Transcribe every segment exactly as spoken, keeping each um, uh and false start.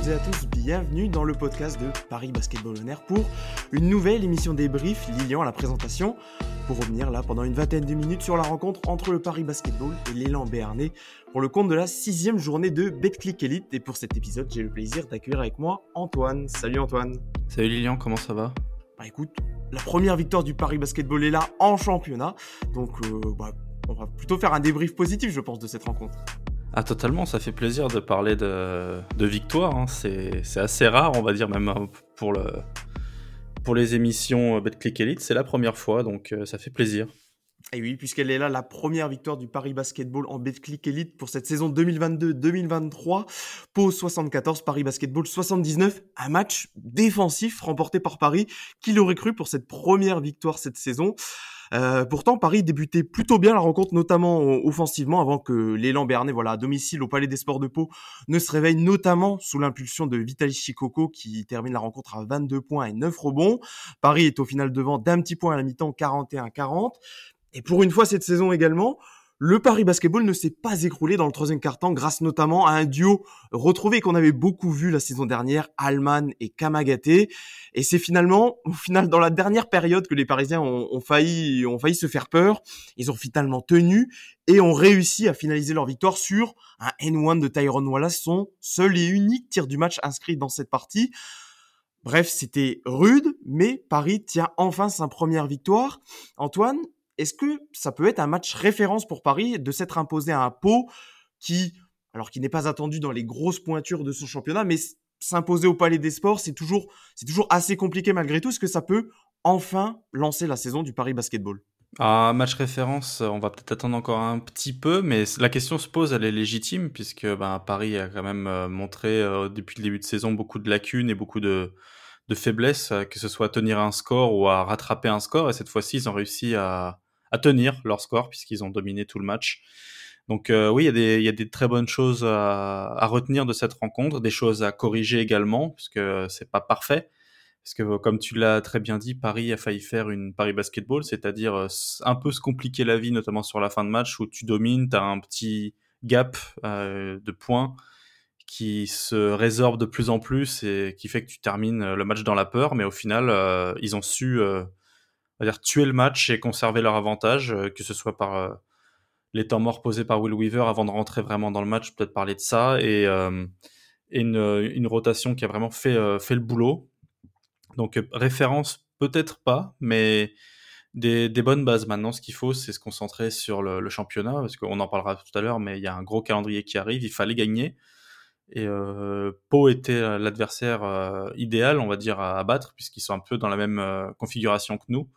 toutes et à tous, bienvenue dans le podcast de Paris Basketball On Air pour une nouvelle émission débrief, Lilian à la présentation, pour revenir là pendant une vingtaine de minutes sur la rencontre entre le Paris Basketball et l'élan béarnais pour le compte de la sixième journée de Betclic Elite. Et pour cet épisode, j'ai le plaisir d'accueillir avec moi Antoine. Salut Antoine. Salut Lilian, comment ça va ? Bah écoute, la première victoire du Paris Basketball est là en championnat, donc euh, bah, on va plutôt faire un débrief positif je pense de cette rencontre. Ah totalement, ça fait plaisir de parler de, de victoire, hein. c'est, c'est assez rare on va dire même pour, le, pour les émissions Betclic Elite, c'est la première fois donc euh, ça fait plaisir. Et oui, puisqu'elle est là, la première victoire du Paris Basketball en Betclic Elite pour cette saison deux mille vingt-deux deux mille vingt-trois. Pau soixante-quatorze, Paris Basketball soixante-dix-neuf. Un match défensif remporté par Paris. Qui l'aurait cru pour cette première victoire cette saison ? Euh, pourtant, Paris débutait plutôt bien la rencontre, notamment offensivement, avant que l'élan béarnais, voilà, à domicile au Palais des Sports de Pau, ne se réveille, notamment sous l'impulsion de Vitaly Chikoko, qui termine la rencontre à vingt-deux points et neuf rebonds. Paris est au final devant d'un petit point à la mi-temps, quarante et un à quarante. Et pour une fois cette saison également, le Paris Basketball ne s'est pas écroulé dans le troisième quart-temps grâce notamment à un duo retrouvé qu'on avait beaucoup vu la saison dernière, Allman et Kamagaté. Et c'est finalement, au final, dans la dernière période que les Parisiens ont, ont failli, ont failli se faire peur. Ils ont finalement tenu et ont réussi à finaliser leur victoire sur un N un de Tyrone Wallace, son seul et unique tir du match inscrit dans cette partie. Bref, c'était rude, mais Paris tient enfin sa première victoire. Antoine, est-ce que ça peut être un match référence pour Paris de s'être imposé à un Pau qui, alors qui n'est pas attendu dans les grosses pointures de son championnat, mais s'imposer au Palais des Sports, c'est toujours, c'est toujours assez compliqué malgré tout. Est-ce que ça peut enfin lancer la saison du Paris Basketball ? Un match référence, on va peut-être attendre encore un petit peu, mais la question se pose, elle est légitime, puisque ben, Paris a quand même euh, montré euh, depuis le début de saison beaucoup de lacunes et beaucoup de, de faiblesses, euh, que ce soit à tenir un score ou à rattraper un score, et cette fois-ci, ils ont réussi à, à tenir leur score, puisqu'ils ont dominé tout le match. Donc euh, oui, il y a des, il y a des très bonnes choses à, à retenir de cette rencontre, des choses à corriger également, puisque c'est pas parfait. Parce que, comme tu l'as très bien dit, Paris a failli faire une Paris Basketball, c'est-à-dire euh, un peu se compliquer la vie, notamment sur la fin de match, où tu domines, tu as un petit gap euh, de points qui se résorbe de plus en plus et qui fait que tu termines le match dans la peur. Mais au final, euh, ils ont su euh, on va dire, tuer le match et conserver leur avantage, euh, que ce soit par euh, les temps morts posés par Will Weaver avant de rentrer vraiment dans le match, peut-être parler de ça, et, euh, et une, une rotation qui a vraiment fait, euh, fait le boulot. Donc, euh, référence, peut-être pas, mais des, des bonnes bases. Maintenant, ce qu'il faut, c'est se concentrer sur le, le championnat, parce qu'on en parlera tout à l'heure, mais il y a un gros calendrier qui arrive, il fallait gagner. Et euh, Pau était l'adversaire euh, idéal, on va dire, à abattre, puisqu'ils sont un peu dans la même euh, configuration que nous.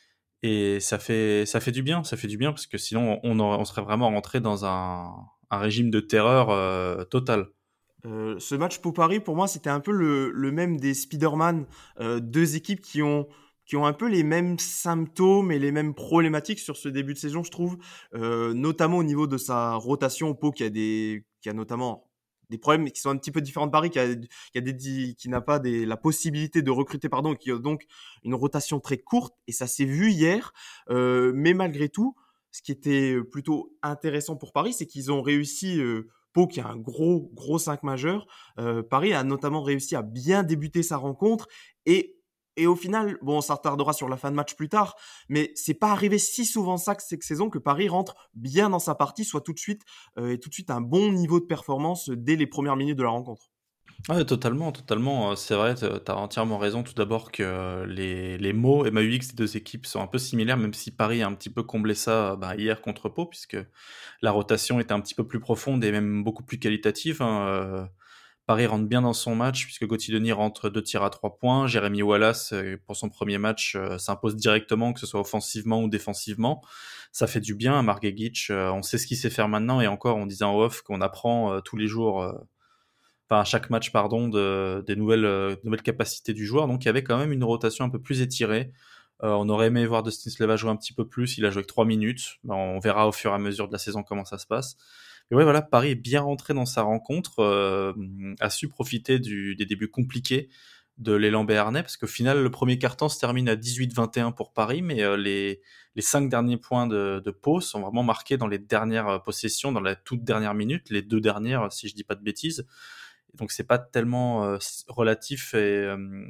Et ça fait, ça fait du bien, ça fait du bien, parce que sinon, on, on serait vraiment rentré dans un, un régime de terreur euh, total. Euh, ce match pour Paris, pour moi, c'était un peu le, le même des Spider-Man, euh, deux équipes qui ont qui ont un peu les mêmes symptômes et les mêmes problématiques sur ce début de saison, je trouve, euh, notamment au niveau de sa rotation. Pau qui a des qui a notamment des problèmes qui sont un petit peu différents de Paris, qui a, qui a des qui n'a pas des, la possibilité de recruter, pardon, qui a donc une rotation très courte, et ça s'est vu hier. Euh, mais malgré tout, ce qui était plutôt intéressant pour Paris, c'est qu'ils ont réussi. Euh, Pau qui a un gros, gros cinq majeur. Euh, Paris a notamment réussi à bien débuter sa rencontre et, et au final, bon, on s'attardera sur la fin de match plus tard, mais c'est pas arrivé si souvent ça que cette saison que Paris rentre bien dans sa partie, soit tout de suite, euh, et tout de suite un bon niveau de performance dès les premières minutes de la rencontre. Ouais, totalement, totalement. C'est vrai, tu as entièrement raison. Tout d'abord que les, les mots M A U X des deux équipes sont un peu similaires, même si Paris a un petit peu comblé ça bah, hier contre Pau, puisque la rotation était un petit peu plus profonde et même beaucoup plus qualitative. Hein. Euh, Paris rentre bien dans son match, puisque Gauthier Denis rentre deux tirs à trois points. Jérémy Wallace, pour son premier match, euh, s'impose directement, que ce soit offensivement ou défensivement. Ça fait du bien à Marc Gegic. Euh, on sait ce qu'il sait faire maintenant, et encore, on disait en off qu'on apprend euh, tous les jours... Euh, enfin à chaque match pardon, de, des nouvelles, euh, nouvelles capacités du joueur. Donc il y avait quand même une rotation un peu plus étirée. Euh, on aurait aimé voir Dustin Sleva jouer un petit peu plus. Il a joué que trois minutes. Ben, on verra au fur et à mesure de la saison comment ça se passe. Et ouais, voilà, Paris est bien rentré dans sa rencontre, euh, a su profiter du, des débuts compliqués de l'élan béarnais, parce qu'au final, le premier quart-temps se termine à dix-huit vingt et un pour Paris, mais euh, les, les cinq derniers points de, de Pau sont vraiment marqués dans les dernières possessions, dans la toute dernière minute, les deux dernières, si je dis pas de bêtises. Donc c'est pas tellement euh, relatif et euh,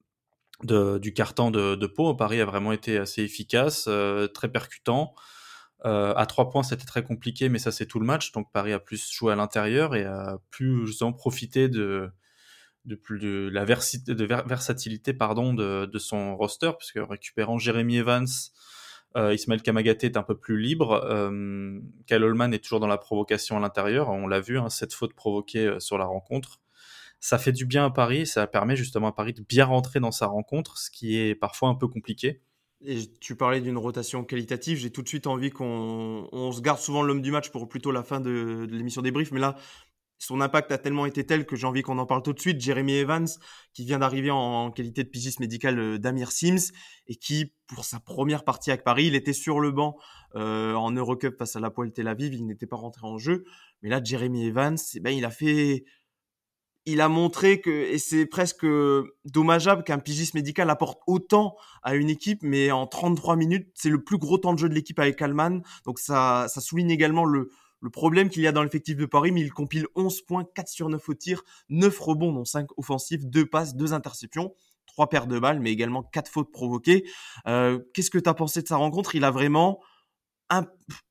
de, du carton de, de Pau. Paris a vraiment été assez efficace, euh, très percutant. Euh, à trois points, c'était très compliqué, mais ça c'est tout le match. Donc Paris a plus joué à l'intérieur et a pu justement profiter de de, plus de la versi- de ver- versatilité pardon de, de son roster, puisque récupérant Jeremy Evans, euh, Ismaël Kamagaté est un peu plus libre. Euh, Kyle Holman est toujours dans la provocation à l'intérieur. On l'a vu, hein, cette faute provoquée euh, sur la rencontre. Ça fait du bien à Paris, ça permet justement à Paris de bien rentrer dans sa rencontre, ce qui est parfois un peu compliqué. Et tu parlais d'une rotation qualitative, j'ai tout de suite envie qu'on on se garde souvent l'homme du match pour plutôt la fin de, de l'émission débrief, mais là, son impact a tellement été tel que j'ai envie qu'on en parle tout de suite. Jeremy Evans, qui vient d'arriver en, en qualité de pigiste médical euh, d'Amir Sims, et qui, pour sa première partie avec Paris, il était sur le banc euh, en Eurocup face à l'Hapoel Tel Aviv, il n'était pas rentré en jeu. Mais là, Jeremy Evans, eh ben, il a fait... Il a montré que, et c'est presque dommageable qu'un pigiste médical apporte autant à une équipe, mais en trente-trois minutes, c'est le plus gros temps de jeu de l'équipe avec Allman. Donc ça, ça souligne également le, le problème qu'il y a dans l'effectif de Paris, mais il compile onze points, quatre sur neuf au tir, neuf rebonds, dont cinq offensifs, deux passes, deux interceptions, trois paires de balles, mais également quatre fautes provoquées. Euh, qu'est-ce que tu as pensé de sa rencontre? Il a vraiment un...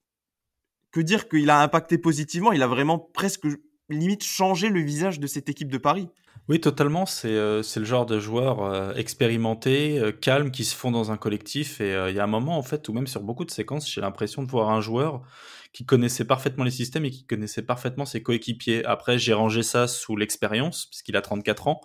que dire qu'il a impacté positivement, il a vraiment presque limite changé le visage de cette équipe de Paris. Oui, totalement. C'est euh, c'est le genre de joueur euh, expérimenté, euh, calme, qui se fond dans un collectif. Et euh, il y a un moment, en fait, où même sur beaucoup de séquences, j'ai l'impression de voir un joueur qui connaissait parfaitement les systèmes et qui connaissait parfaitement ses coéquipiers. Après, j'ai rangé ça sous l'expérience, puisqu'il a trente-quatre ans.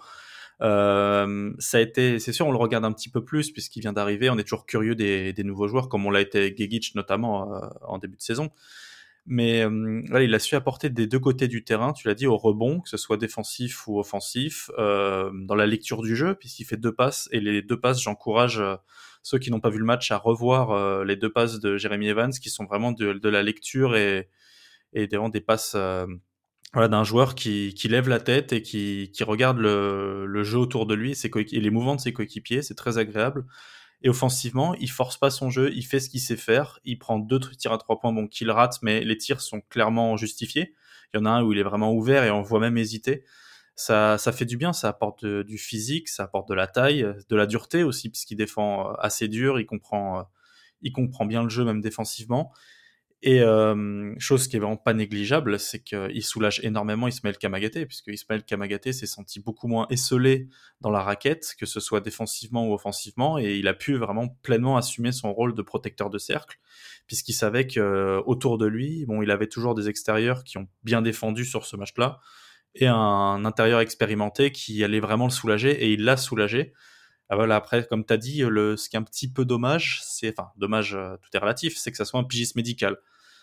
Euh, ça a été, c'est sûr, on le regarde un petit peu plus, puisqu'il vient d'arriver. On est toujours curieux des, des nouveaux joueurs, comme on l'a été Gegic, notamment, euh, en début de saison. Mais euh, voilà, il a su apporter des deux côtés du terrain, tu l'as dit, au rebond, que ce soit défensif ou offensif, euh, dans la lecture du jeu, puisqu'il fait deux passes, et les deux passes, j'encourage euh, ceux qui n'ont pas vu le match à revoir euh, les deux passes de Jeremy Evans, qui sont vraiment de, de la lecture et, et vraiment des passes euh, voilà, d'un joueur qui, qui lève la tête et qui, qui regarde le, le jeu autour de lui et, ses coéqu- et les mouvements de ses coéquipiers, c'est très agréable. Et offensivement, il force pas son jeu, il fait ce qu'il sait faire. Il prend deux tirs à trois points, bon, qu'il rate, mais les tirs sont clairement justifiés. Il y en a un où il est vraiment ouvert et on voit même hésiter. Ça, ça fait du bien, ça apporte de- du physique, ça apporte de la taille, de la dureté aussi, puisqu'il défend euh, assez dur, il comprend, euh, il comprend bien le jeu, même défensivement. Et euh, chose qui est vraiment pas négligeable, c'est qu'il soulage énormément Ismaël Kamagaté, puisque Ismaël Kamagaté s'est senti beaucoup moins esselé dans la raquette, que ce soit défensivement ou offensivement, et il a pu vraiment pleinement assumer son rôle de protecteur de cercle, puisqu'il savait que euh, autour de lui, bon, il avait toujours des extérieurs qui ont bien défendu sur ce match-là, et un intérieur expérimenté qui allait vraiment le soulager, et il l'a soulagé. Ah, voilà, après, comme tu as dit, le, ce qui est un petit peu dommage, c'est, enfin, dommage, euh, tout est relatif, c'est que ça soit un pigiste médical.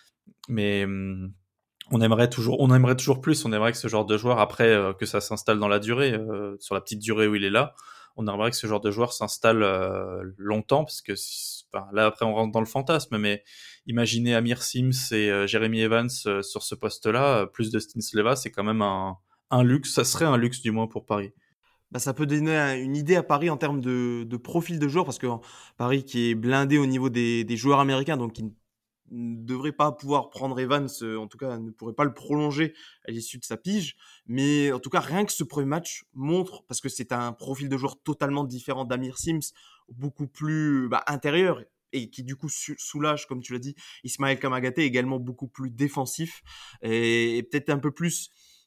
Mais hum, on aimerait toujours, on aimerait toujours plus. On aimerait que ce genre de joueur, après euh, que ça s'installe dans la durée, euh, sur la petite durée où il est là, on aimerait que ce genre de joueur s'installe euh, longtemps, parce que si- enfin, là après on rentre dans le fantasme. Mais imaginez Amir Sims et euh, Jeremy Evans euh, sur ce poste-là, euh, plus de Stinsleva, c'est quand même un, un luxe. Ça serait un luxe du moins pour Paris. Bah, ça peut donner un- une idée à Paris en termes de, de profil de joueur, parce que Paris qui est blindé au niveau des, des joueurs américains, donc qui ne ne devrait pas pouvoir prendre Evans, euh, en tout cas ne pourrait pas le prolonger à l'issue de sa pige. Mais en tout cas, rien que ce premier match montre, parce que c'est un profil de joueur totalement différent d'Amir Sims, beaucoup plus bah, intérieur, et qui du coup su- soulage, comme tu l'as dit, Ismaël Kamagaté, également beaucoup plus défensif, et, et peut-être un peu plus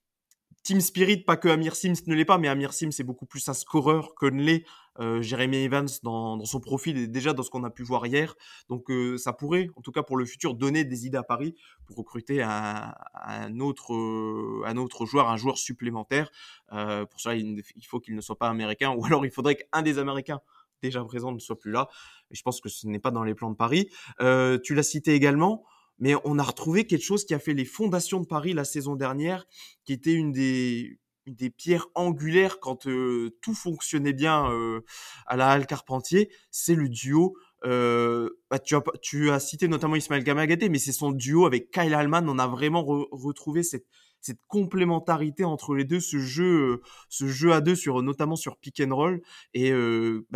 Team Spirit, pas que Amir Sims ne l'est pas, mais Amir Sims est beaucoup plus un scoreur que ne l'est euh, Jeremy Evans dans, dans son profil et déjà dans ce qu'on a pu voir hier. Donc euh, ça pourrait, en tout cas pour le futur, donner des idées à Paris pour recruter un, un, autre, euh, un autre joueur, un joueur supplémentaire. Euh, pour cela, il, il faut qu'il ne soit pas américain, ou alors il faudrait qu'un des Américains déjà présents ne soit plus là. Et je pense que ce n'est pas dans les plans de Paris. Euh, tu l'as cité également, mais on a retrouvé quelque chose qui a fait les fondations de Paris la saison dernière, qui était une des, une des pierres angulaires quand euh, tout fonctionnait bien euh, à la Halle Carpentier, c'est le duo. Euh, bah, tu, as, tu as cité notamment Ismaël Gamagaté, mais c'est son duo avec Kyle Allman. On a vraiment re- retrouvé cette, cette complémentarité entre les deux, ce jeu, ce jeu à deux, sur, notamment sur pick and roll. Et euh, bah,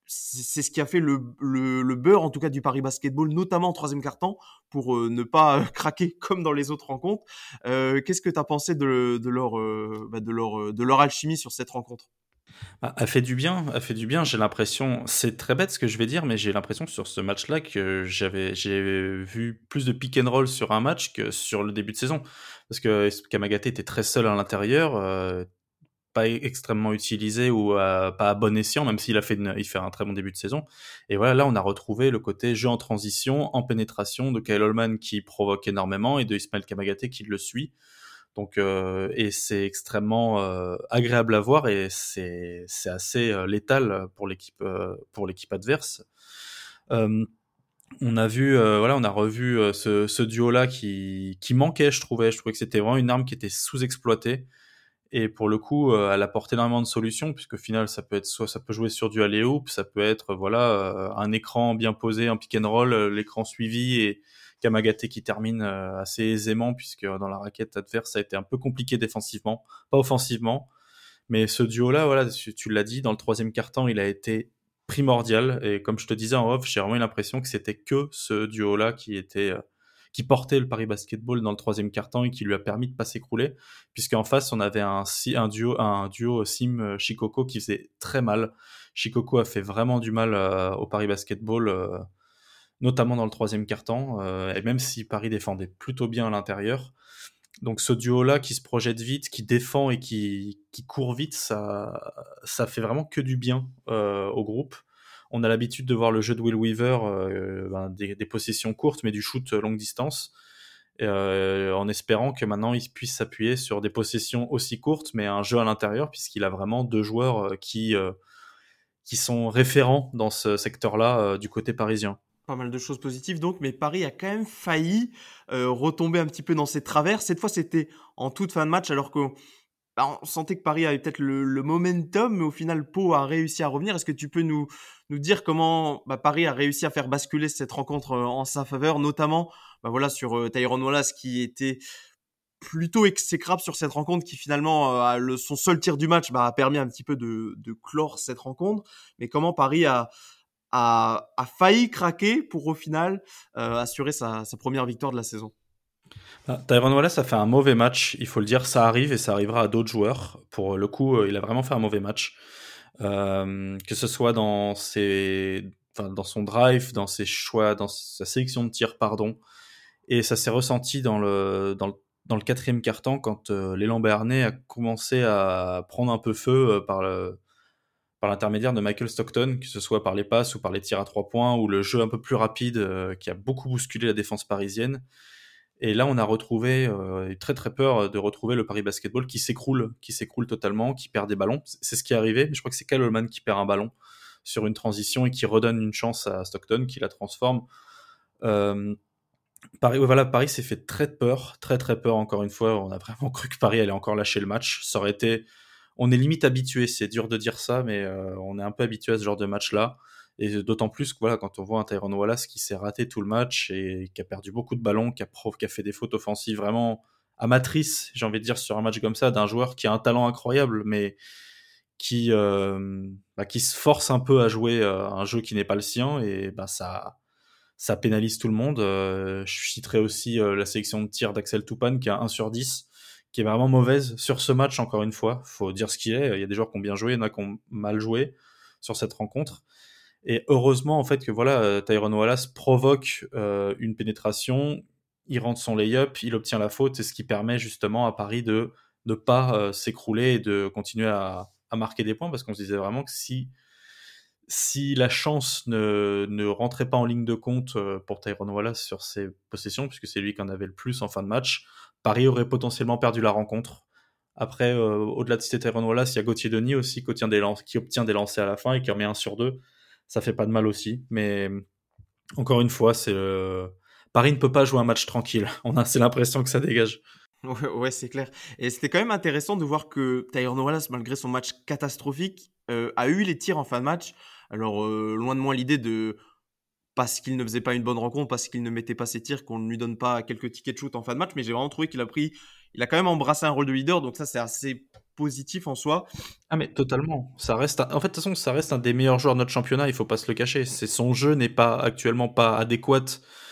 c'est, c'est ce qui a fait le, le, le beurre, en tout cas, du Paris Basketball, notamment en troisième quart-temps, pour euh, ne pas euh, craquer comme dans les autres rencontres. Euh, qu'est-ce que tu as pensé de, de, leur, euh, bah, de, leur, euh, de leur alchimie sur cette rencontre? Ah, a fait du bien, a fait du bien. J'ai l'impression, c'est très bête ce que je vais dire, mais j'ai l'impression sur ce match-là que j'avais, j'ai vu plus de pick and roll sur un match que sur le début de saison. Parce que Kamagaté était très seul à l'intérieur, euh, pas e- extrêmement utilisé ou à- pas à bon escient, même s'il a fait, une- il fait un très bon début de saison. Et voilà, là, on a retrouvé le côté jeu en transition, en pénétration de Kyle Holman qui provoque énormément et de Ismaël Kamagaté qui le suit. Donc, euh, et c'est extrêmement euh, agréable à voir et c'est c'est assez euh, létal pour l'équipe euh, pour l'équipe adverse. Euh, on a vu, euh, voilà, on a revu euh, ce, ce duo-là qui qui manquait, je trouvais. Je trouvais que c'était vraiment une arme qui était sous-exploitée. Et pour le coup, euh, elle apporte énormément de solutions, puisque au final, ça peut être soit ça peut jouer sur du alley-oop, ça peut être voilà euh, un écran bien posé, un pick and roll, euh, l'écran suivi et Kamagaté qui termine euh, assez aisément, puisque dans la raquette adverse, ça a été un peu compliqué défensivement, pas offensivement. Mais ce duo-là, voilà, tu, tu l'as dit, dans le troisième quart-temps, il a été primordial. Et comme je te disais en off, j'ai vraiment eu l'impression que c'était que ce duo-là qui était euh, qui portait le Paris Basketball dans le troisième quart-temps et qui lui a permis de pas s'écrouler, puisqu'en face on avait un, si- un duo, un duo Sim euh, Shikoku qui faisait très mal. Shikoku a fait vraiment du mal euh, au Paris Basketball, euh, notamment dans le troisième quart-temps, euh, et même si Paris défendait plutôt bien à l'intérieur. Donc ce duo-là qui se projette vite, qui défend et qui, qui court vite, ça, ça fait vraiment que du bien euh, au groupe. On a l'habitude de voir le jeu de Will Weaver, euh, ben, des, des possessions courtes, mais du shoot longue distance, euh, en espérant que maintenant il puisse s'appuyer sur des possessions aussi courtes, mais un jeu à l'intérieur, puisqu'il a vraiment deux joueurs euh, qui, euh, qui sont référents dans ce secteur-là euh, du côté parisien. Pas mal de choses positives donc, mais Paris a quand même failli euh, retomber un petit peu dans ses travers. Cette fois, c'était en toute fin de match, alors que bah, on sentait que Paris avait peut-être le, le momentum, mais au final, Pau a réussi à revenir. Est-ce que tu peux nous, nous dire comment bah, Paris a réussi à faire basculer cette rencontre euh, en sa faveur, notamment bah, voilà, sur euh, Tyrone Wallace qui était plutôt exécrable sur cette rencontre, qui finalement, euh, a le, son seul tir du match bah, a permis un petit peu de, de clore cette rencontre. Mais comment Paris a, a, a failli craquer pour au final euh, assurer sa, sa première victoire de la saison? Ah, Tyrone Wallace a fait un mauvais match, il faut le dire, ça arrive et ça arrivera à d'autres joueurs. Pour le coup, euh, il a vraiment fait un mauvais match. Euh, que ce soit dans ses, enfin, dans son drive, dans ses choix, dans sa sélection de tir, pardon. Et ça s'est ressenti dans le, dans le, dans le quatrième quart-temps quand euh, l'élan béarnais a commencé à prendre un peu feu euh, par le, par l'intermédiaire de Michael Stockton, que ce soit par les passes ou par les tirs à trois points ou le jeu un peu plus rapide euh, qui a beaucoup bousculé la défense parisienne. Et là, on a retrouvé, euh, très très peur de retrouver le Paris Basketball qui s'écroule, qui s'écroule totalement, qui perd des ballons. C'est ce qui est arrivé, mais je crois que c'est Kyle Holman qui perd un ballon sur une transition et qui redonne une chance à Stockton, qui la transforme. Euh, Paris, ouais, voilà, Paris s'est fait très peur, très très peur encore une fois. On a vraiment cru que Paris allait encore lâcher le match. Ça aurait été, on est limite habitué. C'est dur de dire ça, mais euh, on est un peu habitué à ce genre de match-là. Et d'autant plus que voilà, quand on voit un Tyrone Wallace qui s'est raté tout le match et qui a perdu beaucoup de ballons, qui a, prof, qui a fait des fautes offensives vraiment amatrices, j'ai envie de dire, sur un match comme ça, d'un joueur qui a un talent incroyable, mais qui, euh, bah, qui se force un peu à jouer euh, un jeu qui n'est pas le sien, et bah, ça, ça pénalise tout le monde. Euh, je citerai aussi euh, la sélection de tir d'Axel Toupane qui a un sur dix, qui est vraiment mauvaise sur ce match, encore une fois. Faut dire ce qu'il est. Il y a des joueurs qui ont bien joué, il y en a qui ont mal joué sur cette rencontre. Et heureusement, en fait, que voilà, euh, Tyrone Wallace provoque euh, une pénétration, il rentre son lay-up, il obtient la faute, et ce qui permet justement à Paris de ne pas euh, s'écrouler et de continuer à, à marquer des points, parce qu'on se disait vraiment que si si la chance ne, ne rentrait pas en ligne de compte euh, pour Tyrone Wallace sur ses possessions, puisque c'est lui qui en avait le plus en fin de match, Paris aurait potentiellement perdu la rencontre. Après, euh, au-delà de citer Tyrone Wallace, il y a Gauthier Denis aussi qui obtient, des lan- qui obtient des lancers à la fin et qui remet un sur deux. Ça fait pas de mal aussi. Mais encore une fois, c'est euh, Paris ne peut pas jouer un match tranquille. On a, c'est l'impression que ça dégage. Ouais, ouais, c'est clair. Et c'était quand même intéressant de voir que Tyrone Wallace, malgré son match catastrophique, euh, a eu les tirs en fin de match. Alors, euh, loin de moi l'idée de, parce qu'il ne faisait pas une bonne rencontre, parce qu'il ne mettait pas ses tirs, qu'on ne lui donne pas quelques tickets de shoot en fin de match, mais j'ai vraiment trouvé qu'il a pris, il a quand même embrassé un rôle de leader, donc ça c'est assez positif en soi. Ah mais totalement. Ça reste, un... en fait, de toute façon, ça reste un des meilleurs joueurs de notre championnat. Il faut pas se le cacher. C'est son jeu n'est pas actuellement pas adéquat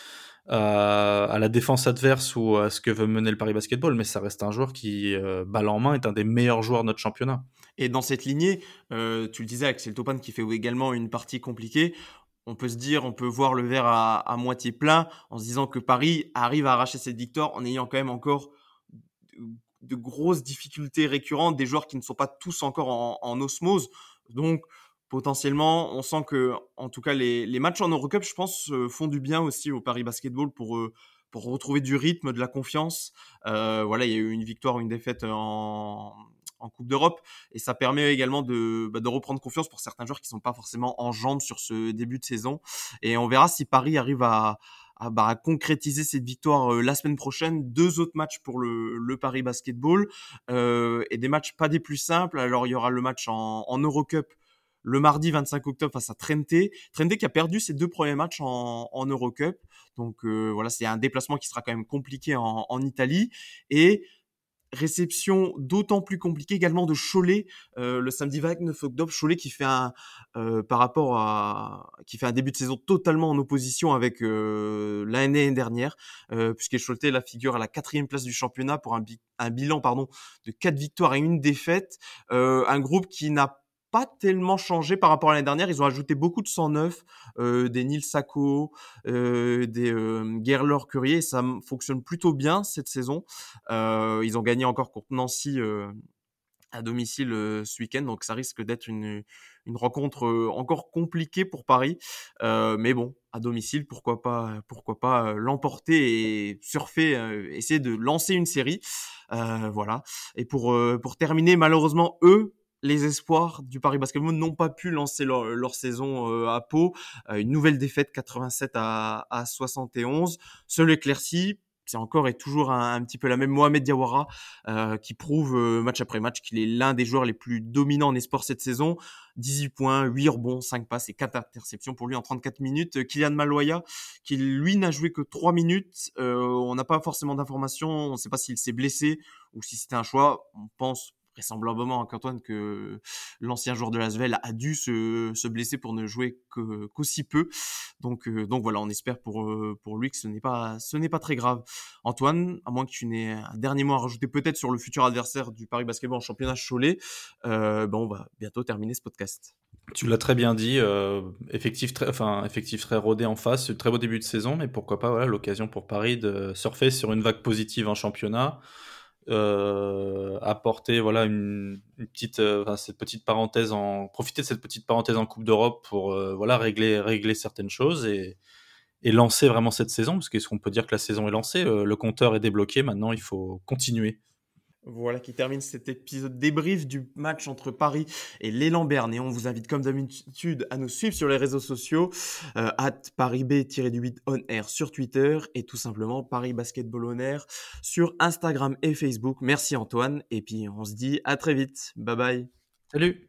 à, à la défense adverse ou à ce que veut mener le Paris Basketball, mais ça reste un joueur qui, euh, balle en main, est un des meilleurs joueurs de notre championnat. Et dans cette lignée, euh, tu le disais, Axel Topan qui fait également une partie compliquée. On peut se dire, on peut voir le verre à, à moitié plein en se disant que Paris arrive à arracher cette victoire en ayant quand même encore de, de grosses difficultés récurrentes, des joueurs qui ne sont pas tous encore en, en osmose. Donc, potentiellement, on sent que, en tout cas, les, les matchs en Eurocup, je pense, euh, font du bien aussi au Paris Basketball pour, euh, pour retrouver du rythme, de la confiance. Euh, voilà, il y a eu une victoire, une défaite en, en Coupe d'Europe, et ça permet également de, bah, de reprendre confiance pour certains joueurs qui sont pas forcément en jambes sur ce début de saison. Et on verra si Paris arrive à, à, bah, à concrétiser cette victoire euh, la semaine prochaine. Deux autres matchs pour le, le Paris Basketball, euh, et des matchs pas des plus simples. Alors il y aura le match en, en Eurocup le mardi vingt-cinq octobre face à Trente. Trente qui a perdu ses deux premiers matchs en, en Eurocup. Donc euh, voilà, c'est un déplacement qui sera quand même compliqué en, en Italie. Et réception d'autant plus compliquée également de Cholet euh, le samedi vingt-neuf octobre. Cholet qui fait un euh, par rapport à qui fait un début de saison totalement en opposition avec euh, l'année dernière, euh, puisque Cholet la figure à la quatrième place du championnat pour un, bi- un bilan pardon de quatre victoires et une défaite. Euh, un groupe qui n'a pas tellement changé par rapport à l'année dernière. Ils ont ajouté beaucoup de cent neuf, euh, des Nils Sacco, euh, des euh, Gerlor Currier. Ça m- fonctionne plutôt bien cette saison. Euh, ils ont gagné encore contre Nancy euh, à domicile euh, ce week-end, donc ça risque d'être une, une rencontre euh, encore compliquée pour Paris. Euh, mais bon, à domicile, pourquoi pas, pourquoi pas euh, l'emporter et surfer, euh, essayer de lancer une série. Euh, voilà. Et pour euh, pour terminer, malheureusement, eux, les espoirs du Paris Basketball n'ont pas pu lancer leur, leur saison euh, à Pau. Euh, une nouvelle défaite, quatre-vingt-sept à, à soixante et onze. Seul éclairci, c'est encore et toujours un, un petit peu la même Mohamed Diawara, euh, qui prouve euh, match après match qu'il est l'un des joueurs les plus dominants en esport cette saison. dix-huit points, huit rebonds, cinq passes et quatre interceptions pour lui en trente-quatre minutes. Kylian Maloya, qui lui n'a joué que trois minutes. Euh, on n'a pas forcément d'informations. On ne sait pas s'il s'est blessé ou si c'était un choix. On pense vraisemblablement qu'Antoine que l'ancien joueur de l'Asvel a dû se, se blesser pour ne jouer que, qu'aussi peu. Donc, euh, donc voilà, on espère pour, euh, pour lui que ce n'est pas, ce n'est pas très grave. Antoine, à moins que tu n'aies un dernier mot à rajouter peut-être sur le futur adversaire du Paris Basketball en championnat Cholet, euh, ben on va bientôt terminer ce podcast. Tu l'as très bien dit, euh, effectif très, enfin, effectif très rodé en face, très beau début de saison, mais pourquoi pas, voilà, l'occasion pour Paris de surfer sur une vague positive en championnat, euh, apporter, voilà, une, une petite, euh, enfin, cette petite parenthèse en, profiter de cette petite parenthèse en Coupe d'Europe pour, euh, voilà, régler, régler certaines choses et, et lancer vraiment cette saison, parce qu'est-ce qu'on peut dire que la saison est lancée, euh, le compteur est débloqué, maintenant il faut continuer. Voilà qui termine cet épisode débrief du match entre Paris et l'élan Berne. Et on vous invite comme d'habitude à nous suivre sur les réseaux sociaux, euh, at paris b huit on air sur Twitter et tout simplement Paris Basketball on air sur Instagram et Facebook. Merci Antoine et puis on se dit à très vite. Bye bye. Salut!